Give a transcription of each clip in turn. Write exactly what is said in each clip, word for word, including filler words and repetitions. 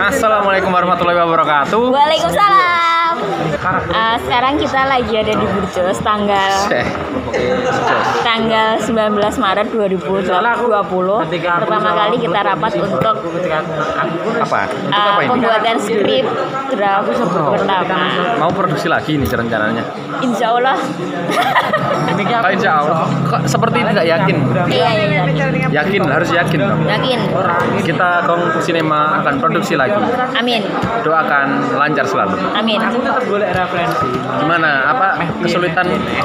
Assalamualaikum warahmatullahi wabarakatuh. Waalaikumsalam. Uh, sekarang kita lagi ada di Burjos tanggal tanggal sembilan belas Maret dua ribu dua puluh. Pertama kali kita rapat untuk apa? Untuk uh, apa ini? pembuatan skrip draft pertama. Mau produksi lagi ini rencananya? Insya Allah. Oh, insya Allah. Kok seperti tidak yakin? Iya iya iya. Yakin, harus yakin dong. Yakin. Kita Kong Sinema akan produksi lagi. Amin. Doakan lancar selalu. Amin. Gimana? Apa kesulitan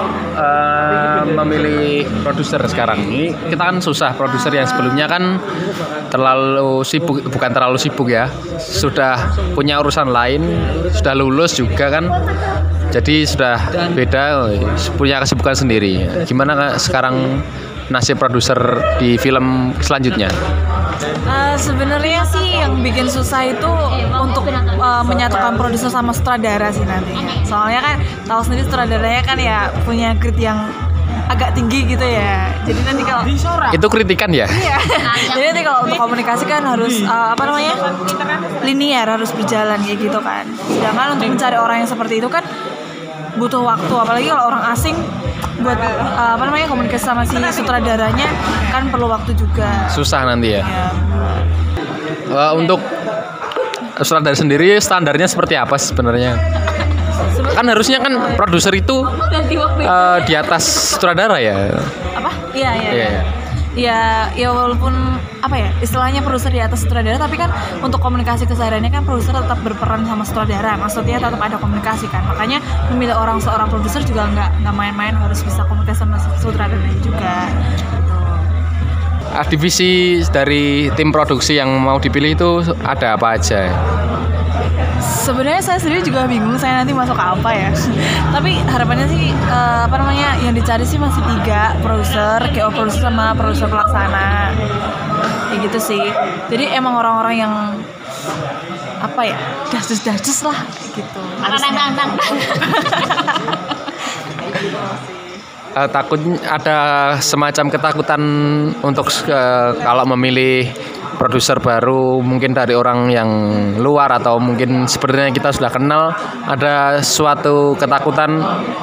uh, memilih produser sekarang ini? Kita kan susah. Produser yang sebelumnya kan terlalu sibuk, bukan terlalu sibuk ya. Sudah punya urusan lain, sudah lulus juga kan. Jadi sudah beda, punya kesibukan sendiri. Gimana sekarang nasib produser di film selanjutnya? Uh, sebenarnya sih yang bikin susah itu untuk uh, menyatukan produser sama sutradara sih nanti. Soalnya kan tahu sendiri sutradaranya kan ya punya grit yang agak tinggi gitu ya. Jadi nanti kalau itu kritikan ya? Iya. Jadi nanti kalau untuk komunikasi kan harus uh, apa namanya linear, harus berjalan kayak gitu kan. Sedangkan untuk mencari orang yang seperti itu kan butuh waktu, apalagi kalau orang asing buat uh, apa namanya komunikasi sama si sutradaranya kan perlu waktu juga. Susah nanti ya. Ya. Uh, untuk sutradara sendiri standarnya seperti apa sebenarnya? Kan harusnya kan produser itu uh, di atas sutradara ya. Apa? Iya iya. Iya. Yeah. Ya, ya walaupun apa ya istilahnya produser di atas sutradara, tapi kan untuk komunikasi kesehariannya kan produser tetap berperan sama sutradara. Maksudnya tetap ada komunikasi kan. Makanya memilih orang seorang produser juga nggak nggak main-main, harus bisa komunikasi sama sutradaranya juga. Ah, divisi dari tim produksi yang mau dipilih itu ada apa aja? Sebenarnya saya sendiri juga bingung saya nanti masuk ke apa ya. Tapi harapannya sih uh, apa namanya yang dicari sih masih tiga, produser, K O produser sama produser pelaksana. Kayak gitu sih. Jadi emang orang-orang yang apa ya? Dasus-dasus lah gitu. Uh, takut ada semacam ketakutan untuk uh, kalau memilih produser baru mungkin dari orang yang luar atau mungkin sebenarnya kita sudah kenal, ada suatu ketakutan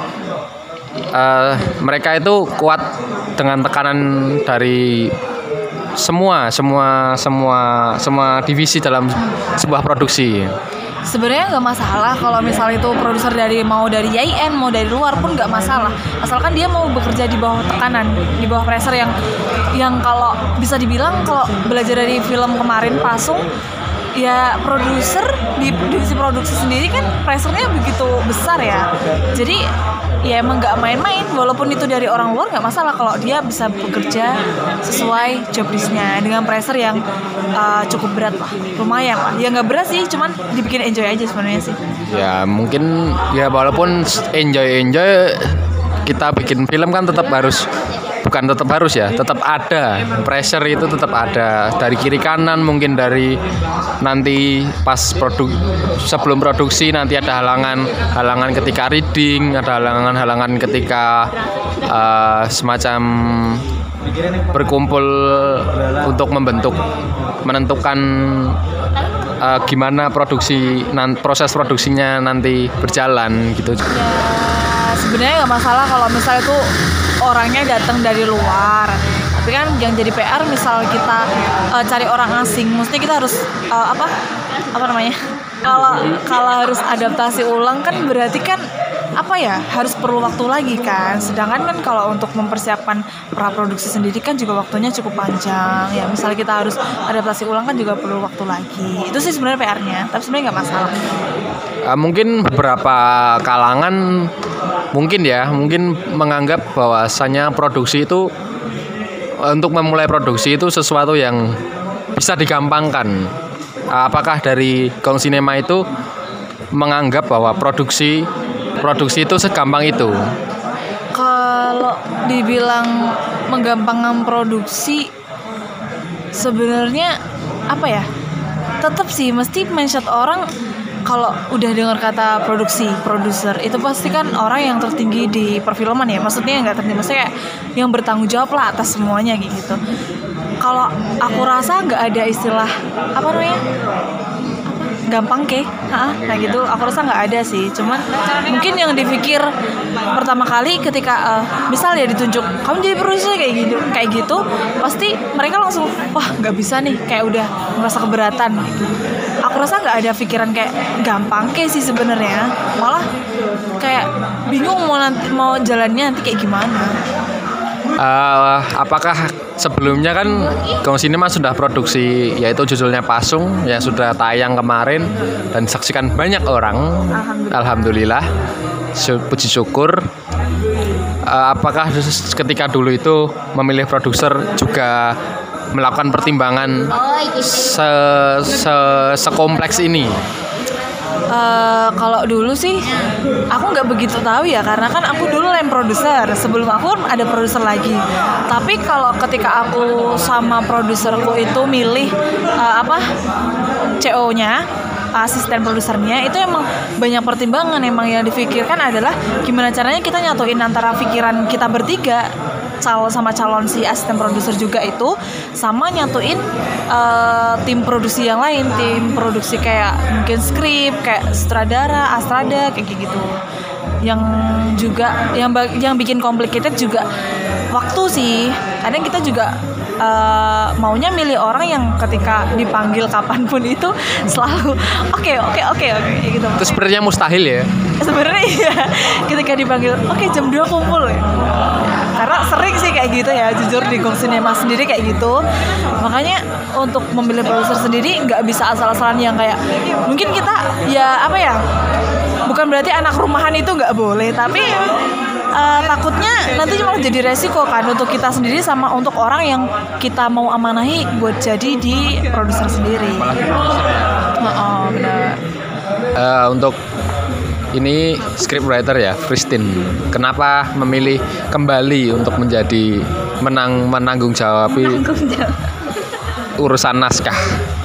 uh, mereka itu kuat dengan tekanan dari semua semua semua semua divisi dalam sebuah produksi. Sebenarnya nggak masalah kalau misal itu produser dari mau dari Y I N mau dari luar pun nggak masalah, asalkan dia mau bekerja di bawah tekanan, di bawah pressure yang yang kalau bisa dibilang kalau belajar dari film kemarin Pasung ya, produser di divisi produksi sendiri kan pressure-nya begitu besar ya. Jadi ya emang nggak main-main, walaupun itu dari orang luar nggak masalah kalau dia bisa bekerja sesuai job list-nya dengan pressure yang uh, cukup berat lah, lumayan lah. Ya nggak berat sih, cuman dibikin enjoy aja sebenarnya sih. Ya mungkin ya walaupun enjoy-enjoy, kita bikin film kan tetap harus, bukan tetap harus ya, tetap ada pressure, itu tetap ada dari kiri kanan, mungkin dari nanti pas produk sebelum produksi nanti ada halangan halangan ketika reading, ada halangan-halangan ketika uh, semacam berkumpul untuk membentuk menentukan uh, gimana produksi nan, proses produksinya nanti berjalan gitu. Ya sebenarnya nggak masalah kalau misalnya itu orangnya datang dari luar, tapi kan yang jadi P R misal kita uh, cari orang asing, maksudnya kita harus uh, apa apa namanya kalau kalau harus adaptasi ulang kan berarti kan apa ya harus perlu waktu lagi kan. Sedangkan kan kalau untuk mempersiapkan praproduksi sendiri kan juga waktunya cukup panjang ya, misalnya kita harus adaptasi ulang kan juga perlu waktu lagi. Itu sih sebenarnya P R-nya, tapi sebenarnya nggak masalah. Uh, mungkin beberapa kalangan mungkin ya mungkin menganggap bahwasanya produksi itu, untuk memulai produksi itu sesuatu yang bisa digampangkan. Uh, apakah dari Kong Sinema itu menganggap bahwa produksi produksi itu segampang itu? Kalau dibilang menggampangkan produksi, sebenarnya apa ya? Tetap sih mesti mindset orang kalau udah dengar kata produksi, produser itu pasti kan orang yang tertinggi di perfilman ya. Maksudnya nggak tertinggi, maksudnya yang bertanggung jawab lah atas semuanya gitu. Kalau aku rasa nggak ada istilah apa namanya? Apa? gampang ke, ha, kayak gitu. Aku rasa nggak ada sih. Cuman mungkin yang dipikir pertama kali ketika uh, misal ya ditunjuk kamu jadi produser kayak gitu, kayak gitu, pasti mereka langsung wah nggak bisa nih, kayak udah merasa keberatan. Aku rasa nggak ada pikiran kayak gampang ke sih sebenarnya. Malah kayak bingung mau nanti mau jalannya nanti kayak gimana. Uh, apakah sebelumnya kan Gong Cinema sudah produksi yaitu judulnya Pasung yang sudah tayang kemarin dan disaksikan banyak orang. Alhamdulillah, Alhamdulillah. Puji syukur. Uh, apakah ketika dulu itu memilih produser juga melakukan pertimbangan se, se, sekompleks ini? Uh, kalau dulu sih aku nggak begitu tahu ya, karena kan aku dulu lem produser, sebelum aku ada produser lagi. Tapi kalau ketika aku sama produserku itu milih uh, apa C O-nya, asisten produsernya, itu emang banyak pertimbangan. Emang yang difikirkan adalah gimana caranya kita nyatuin antara pikiran kita bertiga, calon sama calon si asisten produser juga itu, sama nyatuin uh, tim produksi yang lain, tim produksi kayak mungkin skrip, kayak sutradara, astrada, kayak gitu. Yang juga yang yang bikin complicated juga waktu sih. Kadang kita juga uh, maunya milih orang yang ketika dipanggil kapanpun itu selalu oke oke oke oke gitu. Itu sebenarnya mustahil ya? Sebenarnya iya. Ketika dipanggil oke okay, jam dua kumpul ya. Karena sering sih kayak gitu ya, jujur di Gong Cinema sendiri kayak gitu. Makanya untuk memilih produser sendiri nggak bisa asal-asalan yang kayak mungkin kita ya apa ya, bukan berarti anak rumahan itu nggak boleh, tapi uh, takutnya nanti malah jadi resiko kan untuk kita sendiri sama untuk orang yang kita mau amanahi buat jadi di produser sendiri. Apalagi produsernya. Oh, benar. Uh, untuk ini scriptwriter ya, Christine. Kenapa memilih kembali untuk menjadi menang menanggung jawab urusan naskah?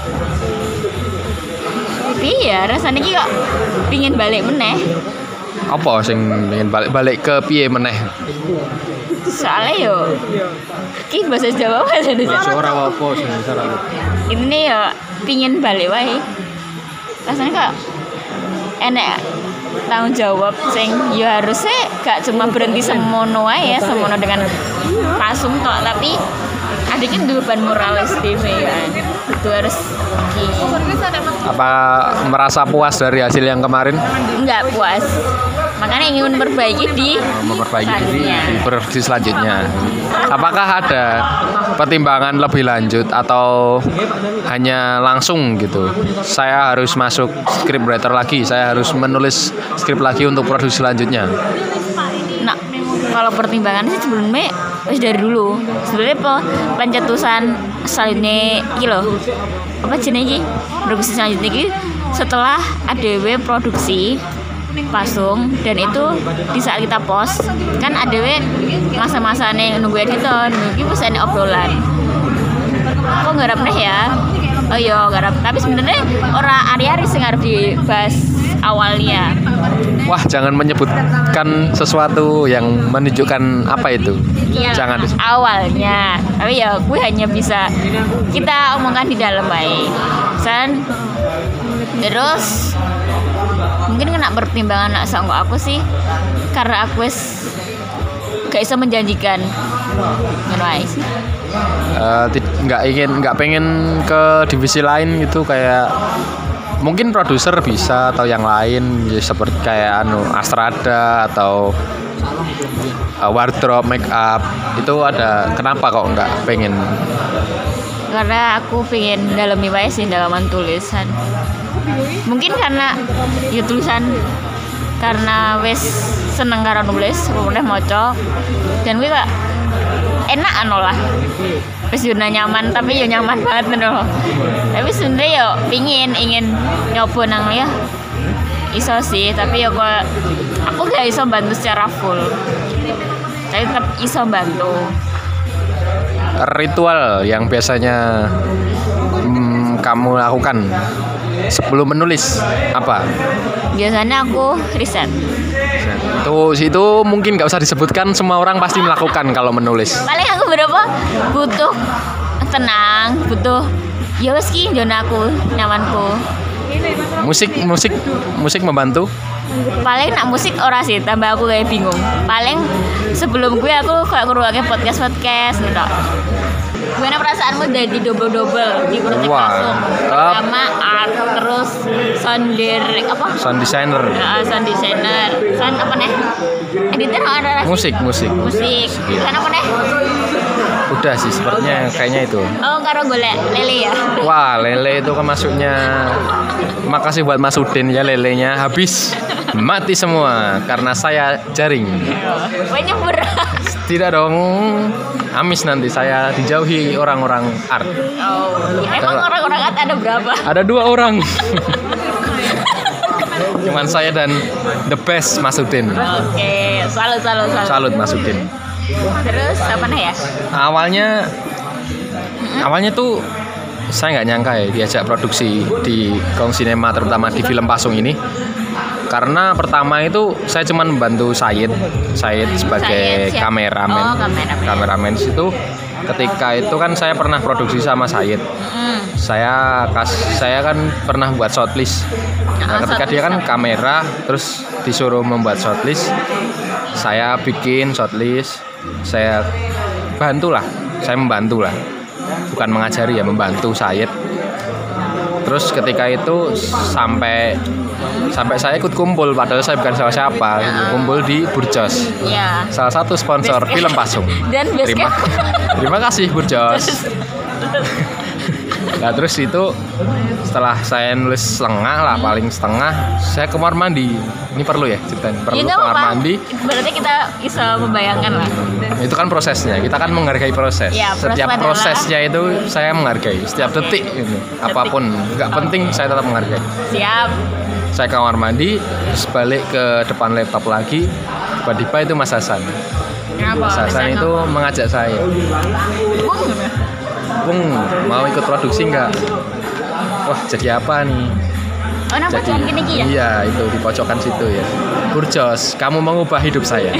Tapi ya rasanya ki kok pingin balik meneh. Apa sing pengen balik-balik ke piye meneh? Soalnya yo ki bahasa Jawa bahasa Indonesia. Ora apa sing salah. Ini yo pingin balik wae. Rasanya kok enek tanggung jawab sing ya harusnya gak cuma berhenti semono ae ya, semono dengan pasung tok, tapi adiknya dulu beban moralis dewe kan. Itu harus di... Apa merasa puas dari hasil yang kemarin? Enggak puas. Makanya ingin memperbaiki di memperbaiki di, di produksi selanjutnya. Apakah ada pertimbangan lebih lanjut atau hanya langsung gitu? Saya harus masuk scriptwriter lagi, saya harus menulis skrip lagi untuk produksi selanjutnya. Nah, kalau pertimbangan sih sebelumnya wis dari dulu. Sebenarnya pe, pencetusan selanjutnya iki lho. Apa jenenge iki? Produksi selanjutnya iki setelah A D W produksi Pasung, dan itu di saat kita post kan A D W masa-masa nih nunggu editor, nunggu wis ana obrolan. Kok ngarep nih ya? Oh iya ngarep, tapi sebenarnya ora ari-ari sing arep dibahas awalnya. Wah, jangan menyebutkan sesuatu yang menunjukkan apa itu. Iya, jangan awalnya. Tapi ya gue hanya bisa kita omongkan di dalam baik. San terus mungkin kena pertimbangan nak sanggup aku sih karena aku wis gak bisa menjanjikan ngono ae sih. Uh, nggak ingin nggak pengen ke divisi lain gitu, kayak mungkin produser bisa atau yang lain ya, seperti kayak anu Astrada atau uh, wardrobe, make up itu ada. Kenapa kok nggak pengen? Karena aku pengen dalemi wae sih dalaman tulisan. Mungkin karena ya tulisan karena wes seneng karo nulis, kemudian maca dan gue gak enak anu lah. Wes yo nyaman, tapi yo nyaman banget ngono. Tapi sebenarnya yo pingin ingin nyoba nang ya iso sih, tapi yo kok aku gak iso bantu secara full. Tapi tetap iso bantu. Ritual yang biasanya hmm, kamu lakukan sebelum menulis apa? Biasanya aku riset. Itu itu mungkin nggak usah disebutkan, semua orang pasti melakukan kalau menulis. Paling aku berapa butuh tenang, butuh ya wes ki zona aku, nyamanku. Musik musik musik membantu. Paling nak musik ora sih, tambah aku kayak bingung. Paling sebelum gue aku kayak ngeruangin podcast-podcast gitu. Gimana perasaanmu dari double-double di Politik Wah, Pasung? up. Pertama art, terus sound dir- apa? Sound designer. Ya, sound designer, sound apa nih? Editor ada lagi? Musik musik. Musik. Iya. Sound apa nih? Udah sih sepertinya kayaknya itu. Oh, karo golek lele ya. Wah, lele itu kan masuknya. Makasih buat Mas Udin ya, lelenya habis mati semua karena saya jaring. Banyak beras. Tidak dong. Amis nanti saya dijauhi orang-orang art. Oh, emang Kalau- orang-orang art ada berapa? Ada dua orang. Cuman saya dan the best Mas Udin. Oke, salut salut salut. Salut Mas Udin. Terus apa nih ya? Awalnya awalnya tuh saya nggak nyangka ya diajak produksi di Gong Cinema, terutama di film Pasung ini. Karena pertama itu saya cuma membantu Said, Said sebagai Said siapa? kameramen. Oh, kameramen. Kameramen itu ketika itu kan saya pernah produksi sama Said. Mm. Saya kas saya kan pernah buat shortlist. Nah, Ah, ketika dia kan shortlist. kamera terus disuruh membuat shortlist, saya bikin shortlist, saya bantulah, saya membantu lah. Bukan mengajari ya, membantu Said. Terus ketika itu sampai sampai saya ikut kumpul, padahal saya bukan siapa-siapa, kumpul di Burjos, Ya. salah satu sponsor Basecamp. film Pasung. Dan Terima, basecamp. terima kasih Burjos. Nah terus itu setelah saya nulis setengah lah, paling setengah, saya ke kamar mandi. Ini perlu ya ceritain, perlu Ya, ke nggak kamar apa-apa. mandi. Berarti kita bisa membayangkan lah. Itu kan prosesnya, kita kan menghargai proses. Ya, proses Setiap adalah- prosesnya itu saya menghargai, setiap Oke. detik ini, apapun nggak penting saya tetap menghargai. Siap. Saya ke kamar mandi, terus balik ke depan laptop lagi, tiba-tiba itu Mas Hasan. Kenapa? Mas Hasan itu mengajak saya, Bung, mau ikut produksi nggak? Wah, jadi apa nih? Oh, nampak Jadi, cuman gini ya? iya itu di pojokan situ ya. Burjos, kamu mengubah hidup saya.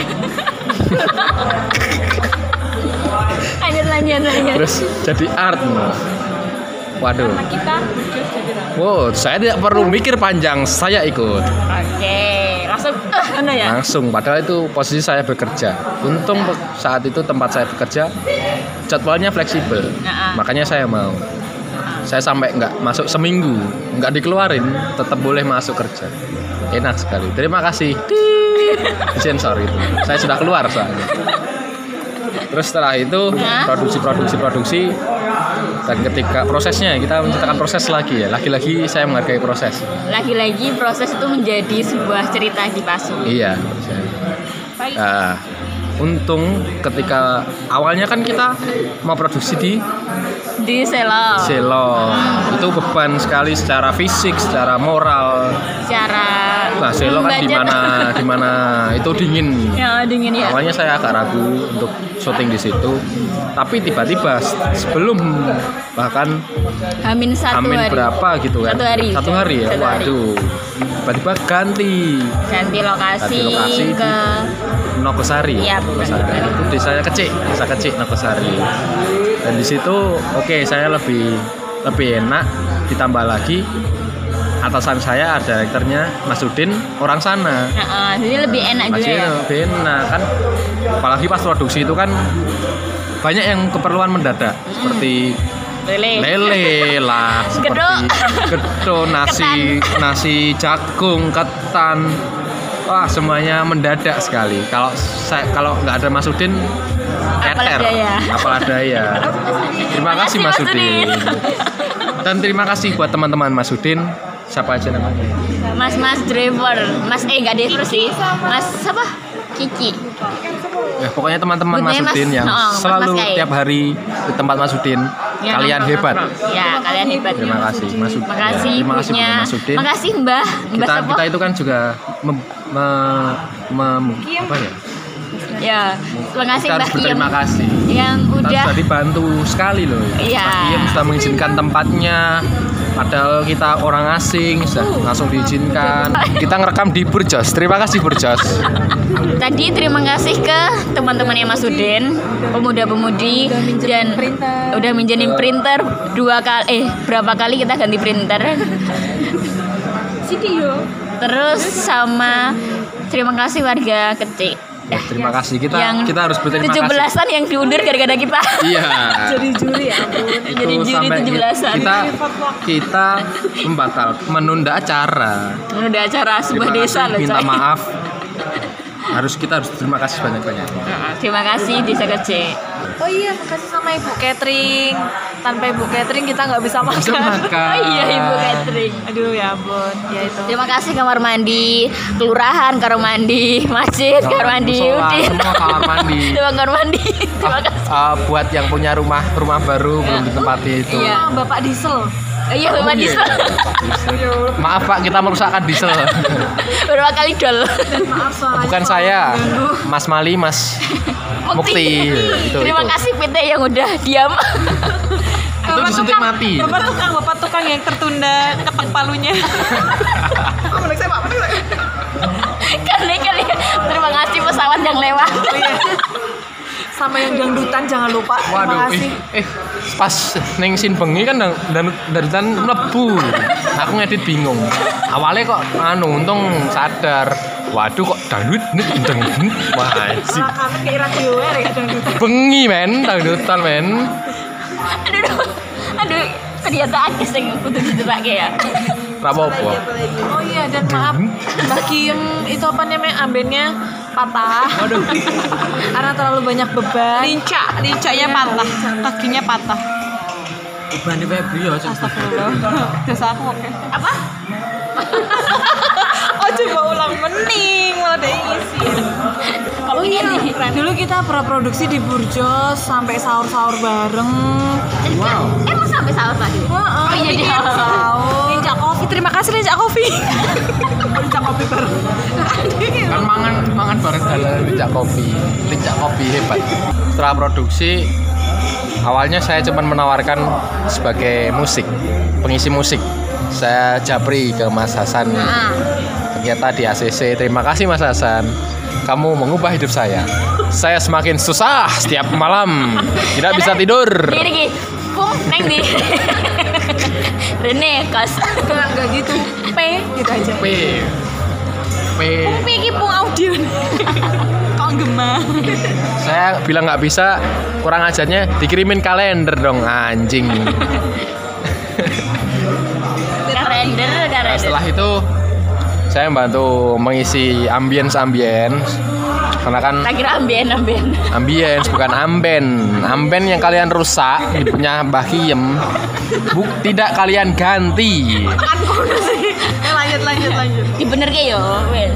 Lanjut lanjut lanjut. Terus jadi art. Waduh. Kita. Wow, saya tidak perlu mikir panjang, saya ikut. Oke, langsung eh mana ya? Langsung, padahal itu posisi saya bekerja. Untung saat itu tempat saya bekerja jadwalnya fleksibel. Nah, Makanya saya mau. Saya sampai nggak masuk seminggu, nggak dikeluarin, tetap boleh masuk kerja. Enak sekali. Terima kasih. Sensor itu. Saya sudah keluar soalnya. Terus setelah itu Hah? produksi produksi produksi dan ketika prosesnya kita menceritakan proses lagi ya. Lagi-lagi saya menghargai proses. Lagi-lagi proses itu menjadi sebuah cerita di Pasung. Iya. Nah, untung ketika awalnya kan kita mau produksi di Di Selo. Selo, itu beban sekali secara fisik, secara moral. Secara Nah, Selo kan di budget. mana di mana itu dingin. Ya, dingin ya. Awalnya saya agak ragu untuk syuting di situ, tapi tiba-tiba sebelum bahkan Hamin satu Amin hari. berapa gitu kan? Satu hari. Satu hari ya. Satu hari. Waduh. Tiba-tiba ganti Ganti lokasi, Ganti lokasi di- ke Nogosari. Iya, bukan. Nogosari. Itu desanya kecil, desa kecil Nogosari. Dan di situ oke saya lebih lebih enak, ditambah lagi atasan saya ada direkturnya Mas Udin orang sana. Nah, jadi lebih enak juga Masih ya. lebih enak kan, apalagi pas produksi itu kan banyak yang keperluan mendadak seperti Lele. lele lah, seperti Gedok. gedok, nasi nasi jagung, ketan, wah semuanya mendadak sekali. Kalau saya kalau nggak ada Mas Udin, Apalah keter, daya. apalah daya. Terima kasih Mas Mas Udin. Udin. Dan terima kasih buat teman-teman Mas Udin. Siapa aja namanya? Mas Mas driver, Mas eh nggak driver sih, Mas apa? Kiki. Ya, pokoknya teman-teman Mas Bundanya Mas- Udin yang oh, Mas- selalu Mas Kai. tiap hari di tempat Mas Udin. Ya, Kalian nongkrong, hebat. nongkrong. Ya, kalian hebat. Terima kasih Mas Udin. Makasih Ya, terima kasih ibunya. kepada Mas Udin. Makasih Mbah. Mbah Kita siapa? kita itu kan juga mem, me- mem- apa ya? Ya, terima kasih Kita harus Mbah Kiem berterima kasih. yang Kita udah sudah dibantu sekali loh. Iya. Mas Kiem sudah mengizinkan tempatnya. Padahal kita orang asing, sudah langsung diizinkan. Kita ngerekam di Burjos. Terima kasih Burjos. tadi terima kasih ke teman-temannya Mas Udin, pemuda-pemudi dan udah minjemin printer dua kali eh berapa kali kita ganti printer. Terus sama terima kasih warga kecil. Ya, terima kasih kita yang kita harus berterima tujuh belasan kasih. yang diundur gara-gara kita. Iya. Jadi juri ya ampun. Jadi Itu juri sampai tujuh belasan. Kita kita membatal menunda acara. Menunda acara sebuah Terima desa kasih, loh, minta coy. maaf. Harus kita harus terima kasih banyak-banyak. Terima kasih desa kecil. Oh iya, makasih sama Ibu Catering. Tanpa Ibu Catering kita nggak bisa makan. Bisa makan. Oh iya Ibu Catering. Aduh ya ampun, ya itu. Terima kasih kamar mandi, kelurahan, kamar mandi, masjid, kamar mandi, Musola, Udin. semua kamar mandi. Semua kamar mandi. Terima Ah, kasih. ah, buat yang punya rumah rumah baru belum ditempati itu. Iya. Ah, Bapak Diesel. Oh, iya, Bapak Iya, Diesel. Pak Diesel. Maaf Pak, kita merusakkan diesel. Berapa kali dol? Maaf suaranya Bukan kalau saya, mengganggu. Mas Mali, Mas Mukti. Itu Terima itu. kasih P T yang udah diam. Itu disuntik mati. Bapak tukang, bapak tukang yang tertunda ketok palunya. Kali kali. Terima kasih pesawat yang lewat. Sama yang dangdutan jangan lupa. Terima Waduh, kasih. eh, eh pas neng sin bengi kan dan dan dangdutan mlebu. Aku ngedit bingung. Awalnya kok anu untung sadar. Waduh kok dangdut deng. Wah, sih. Malah kami kayak radio ya dangdutan. Bengi men, dangdutan men. Aduh, aduh, aduh. Ternyata aku sing kudu dijerake ya. Rapopo. Oh iya, dan maaf bagi yang itu apa namanya ambennya patah. Waduh. Karena terlalu banyak beban. Lincak, lincaknya patah, kakinya patah. Bani Febri ya. Astagfirullah. Dosa aku oke. Apa? Oh coba ulang mening malah ada yang isi. Oh iya, dulu kita praproduksi di Burjos sampai sahur-sahur bareng. Wow. Emang sampai sahur tadi? Wah, Oh iya dia. sahur. Lincak kopi, terima kasih Lincak kopi. Lincak kopi bareng. Kan mangan mangan bareng dalam lincak kopi. Lincak kopi hebat. Setelah produksi awalnya saya cuma menawarkan sebagai musik, pengisi musik. Saya japri ke Mas Hasan. Ah. Ternyata di A C C. Terima kasih Mas Hasan. Kamu mengubah hidup saya. Saya semakin susah setiap malam. Tidak bisa tidur. Gini gini. Pung neng di. Rene kas. Enggak, enggak gitu. P gitu aja. P. P. Pung iki pung audio. Kok gemah? Saya bilang nggak bisa. Kurang ajarnya dikirimin kalender dong anjing. Kalender, Nah, kalender. setelah itu saya membantu mengisi ambience ambience karena kan Tak kira ambien ambien. ambience bukan amben amben yang kalian rusak punya Mbah Kiem buk tidak kalian ganti. Eh, lanjut lanjut lanjut. Di bener ke yo, wes.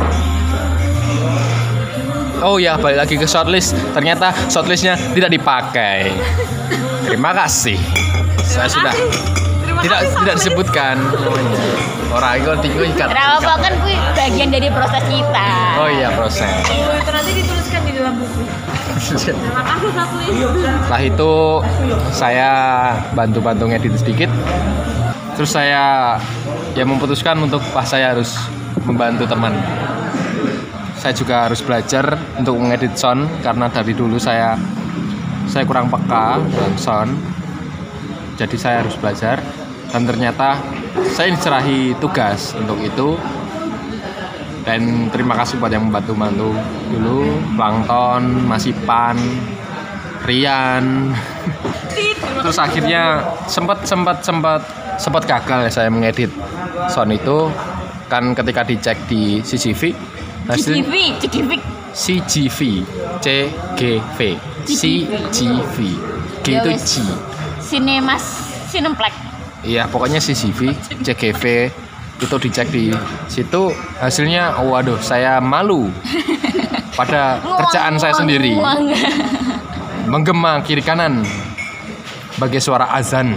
Oh ya, balik lagi ke shortlist, ternyata shortlistnya tidak dipakai. Terima kasih, saya sudah tidak tidak disebutkan namanya. Orang itu tinggal ikat. Kenapa kan kuwi bagian dari proses kita. Oh iya, proses. Oh, itu nanti dituliskan di dalam buku. Terima kasih satu itu. Setelah itu saya bantu-bantu ngedit sedikit. Terus saya ya memutuskan untuk wah saya harus membantu teman. Saya juga harus belajar untuk mengedit sound karena dari dulu saya saya kurang peka dengan sound. Jadi saya harus belajar dan ternyata saya dicerahi tugas untuk itu. Dan terima kasih buat yang membantu-bantu dulu, Plankton, Masipan, Rian. Terus akhirnya sempat sempat sempat sempat gagal ya saya mengedit sound itu kan ketika dicek di C G V C G V, C G V. C G V C G V C G V G Ya itu wes. G. Sinemas Cineplex. Iya pokoknya C G V C G V itu dicek di situ hasilnya oh, waduh saya malu pada kerjaan saya sendiri Uang. menggema kiri kanan bagai suara azan.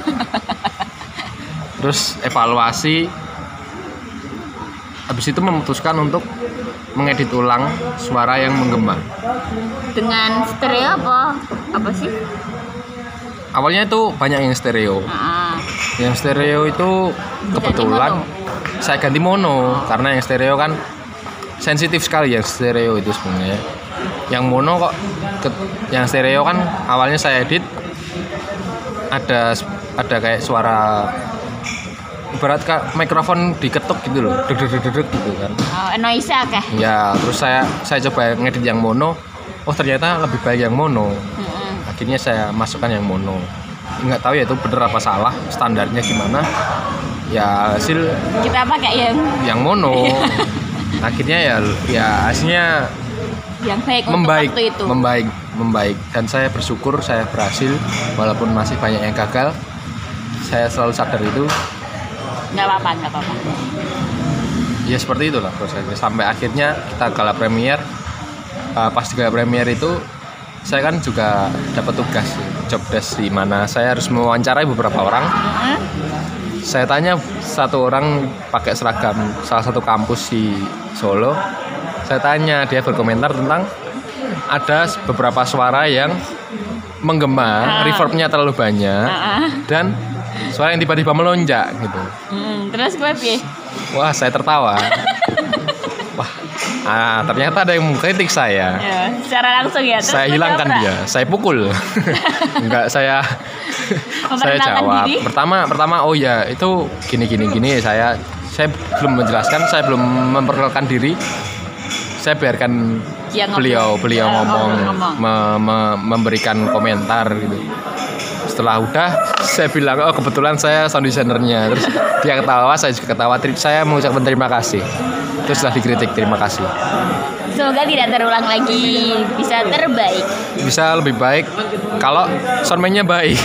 Terus evaluasi habis itu memutuskan untuk mengedit ulang suara yang menggema. Dengan stereo apa? Apa sih? Awalnya itu banyak yang stereo. Ah. Yang stereo itu kebetulan saya ganti mono karena yang stereo kan sensitif sekali yang stereo itu sebenarnya. Yang mono kok ke- yang stereo kan awalnya saya edit ada ada kayak suara ibarat kayak mikrofon diketuk gitu loh, deg deg deg gitu kan. Oh, noise akeh. Ya, terus saya saya coba ngedit yang mono. Oh, ternyata lebih baik yang mono. Mm-mm. Akhirnya saya masukkan yang mono. Nggak tahu ya itu bener apa salah, standarnya gimana. Ya hasil Kita pakai yang yang mono. Akhirnya ya ya hasilnya yang baik membaik, untuk waktu itu. membaik, membaik. Dan saya bersyukur saya berhasil walaupun masih banyak yang gagal. Saya selalu sadar itu. Nggak apa-apa, nggak apa-apa. Ya seperti itulah prosesnya. Sampai akhirnya kita gala premier. Uh, pas di gala premier itu saya kan juga dapat tugas job desk di mana saya harus mewawancarai beberapa orang. Mm-hmm. Saya tanya satu orang pakai seragam salah satu kampus di Solo. Saya tanya, dia berkomentar tentang ada beberapa suara yang menggema, Ah. reverbnya terlalu banyak Ah, ah. dan suara yang tiba-tiba melonjak gitu. Hmm, terus gue piye? Wah, saya tertawa. Wah, ah, ternyata ada yang mengkritik saya. Ya, secara langsung ya. Terus Saya gue hilangkan jawab, dia, saya pukul. Enggak, saya saya Memperkenalkan jawab. diri? Pertama, pertama oh ya, itu gini gini gini saya saya belum menjelaskan, saya belum memperkenalkan diri. Saya biarkan Dia ngobrol. beliau beliau Ya, ngomong, ngomong. me- me- memberikan komentar gitu. Setelah udah saya bilang, oh kebetulan saya sound designernya. Terus dia ketawa, saya juga ketawa. Tri- Saya mengucapkan terima kasih. Terus setelah dikritik, terima kasih. Semoga tidak terulang lagi, bisa terbaik. Bisa lebih baik kalau soundman-nya baik.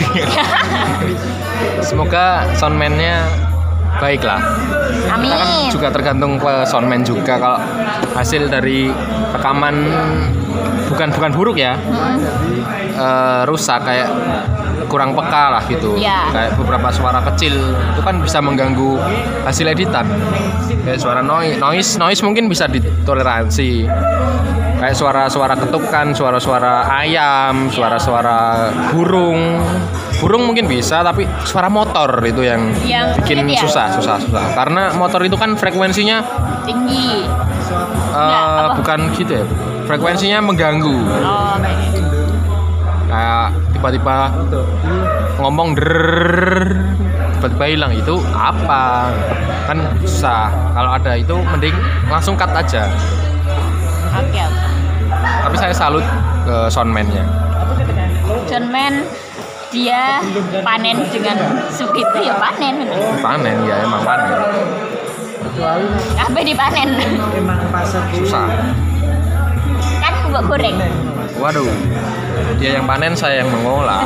Semoga soundman-nya baik lah. Amin. Kita kan juga tergantung ke soundman juga. Kalau hasil dari rekaman bukan bukan buruk ya, eh, rusak kayak kurang peka lah gitu. Ya. Kayak beberapa suara kecil itu kan bisa mengganggu hasil editan. Kayak suara noise, noise, noise mungkin bisa ditoleransi. Kayak suara-suara ketukan, suara-suara ayam, suara-suara burung. Burung mungkin bisa, tapi suara motor itu yang, Yang bikin sulit ya? susah, susah, susah. Karena motor itu kan frekuensinya Tinggi. eh, apa? bukan gitu ya. Frekuensinya mengganggu. Oh, kayak gitu. Kayak tiba-tiba ngomong der, tiba-tiba hilang, itu apa? Kan susah. Kalau ada itu mending langsung cut aja. Oke, oke. Tapi saya salut ke soundman-nya. John Man dia panen dengan segitu ya panen. Panen ya, emang panen. Apa dipanen? Susah. Kan gua goreng. Waduh. Dia yang panen, saya yang mengolah.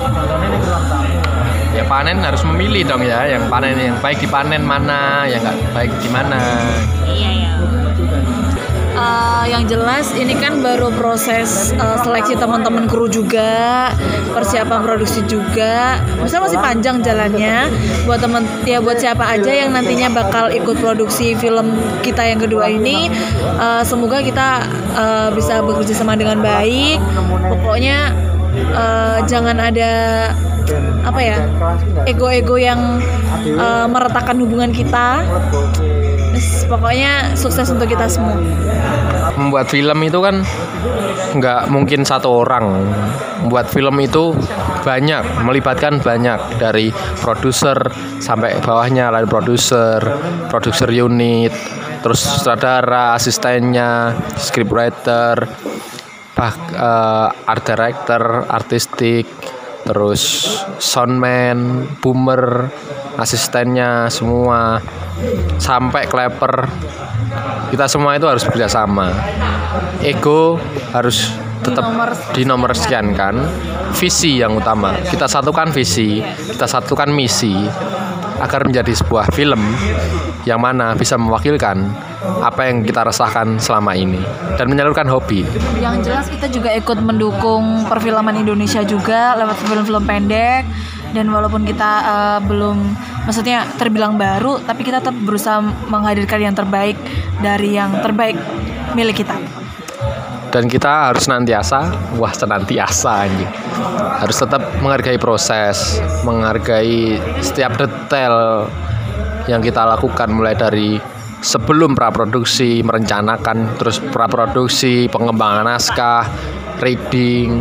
Ya panen harus memilih dong ya, yang panen yang baik dipanen mana, yang nggak baik di mana. Iya ya. Eh, yang jelas ini kan baru proses eh, seleksi teman-teman kru juga, persiapan produksi juga. Maksudnya masih panjang jalannya. Buat teman ya buat siapa aja yang nantinya bakal ikut produksi film kita yang kedua ini, eh, semoga kita eh, bisa bekerja sama dengan baik. Pokoknya eh, jangan ada apa ya ego-ego yang eh, meretakan hubungan kita. Terus pokoknya sukses untuk kita semua. Membuat film itu kan nggak mungkin satu orang. Membuat film itu banyak, melibatkan banyak, dari produser sampai bawahnya, lain produser, produser unit, terus sutradara, asistennya, scriptwriter, bah, eh, art director, artistik, terus soundman, boomer, asistennya semua, sampai clapper. Kita semua itu harus bekerjasama. Ego harus tetap dinomorsekiankan. Visi yang utama. Kita satukan visi, kita satukan misi agar menjadi sebuah film yang mana bisa mewakilkan apa yang kita rasakan selama ini dan menyalurkan hobi. Yang jelas kita juga ikut mendukung perfilman Indonesia juga lewat film-film pendek. Dan walaupun kita uh, belum, maksudnya terbilang baru, tapi kita tetap berusaha menghadirkan yang terbaik dari yang terbaik milik kita. Dan kita harus senantiasa, wah senantiasa anjing. Harus tetap menghargai proses, menghargai setiap detail yang kita lakukan, mulai dari sebelum praproduksi, merencanakan, terus praproduksi, pengembangan naskah, reading,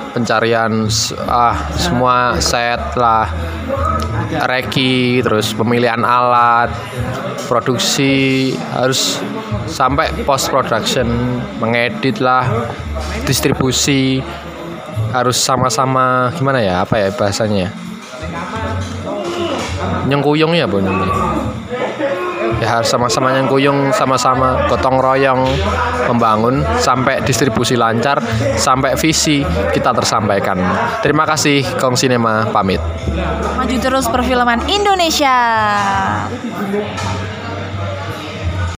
pencarian s- ah semua set lah, reki, terus pemilihan alat, produksi, harus sampai post production, mengedit lah, distribusi, harus sama-sama gimana ya, apa ya bahasanya, nyengkuyung ya bu namanya. Ya harus sama-sama nyengkuyung, sama-sama gotong royong membangun sampai distribusi lancar, sampai visi kita tersampaikan. Terima kasih Kong Cinema, pamit. Maju terus perfilman Indonesia.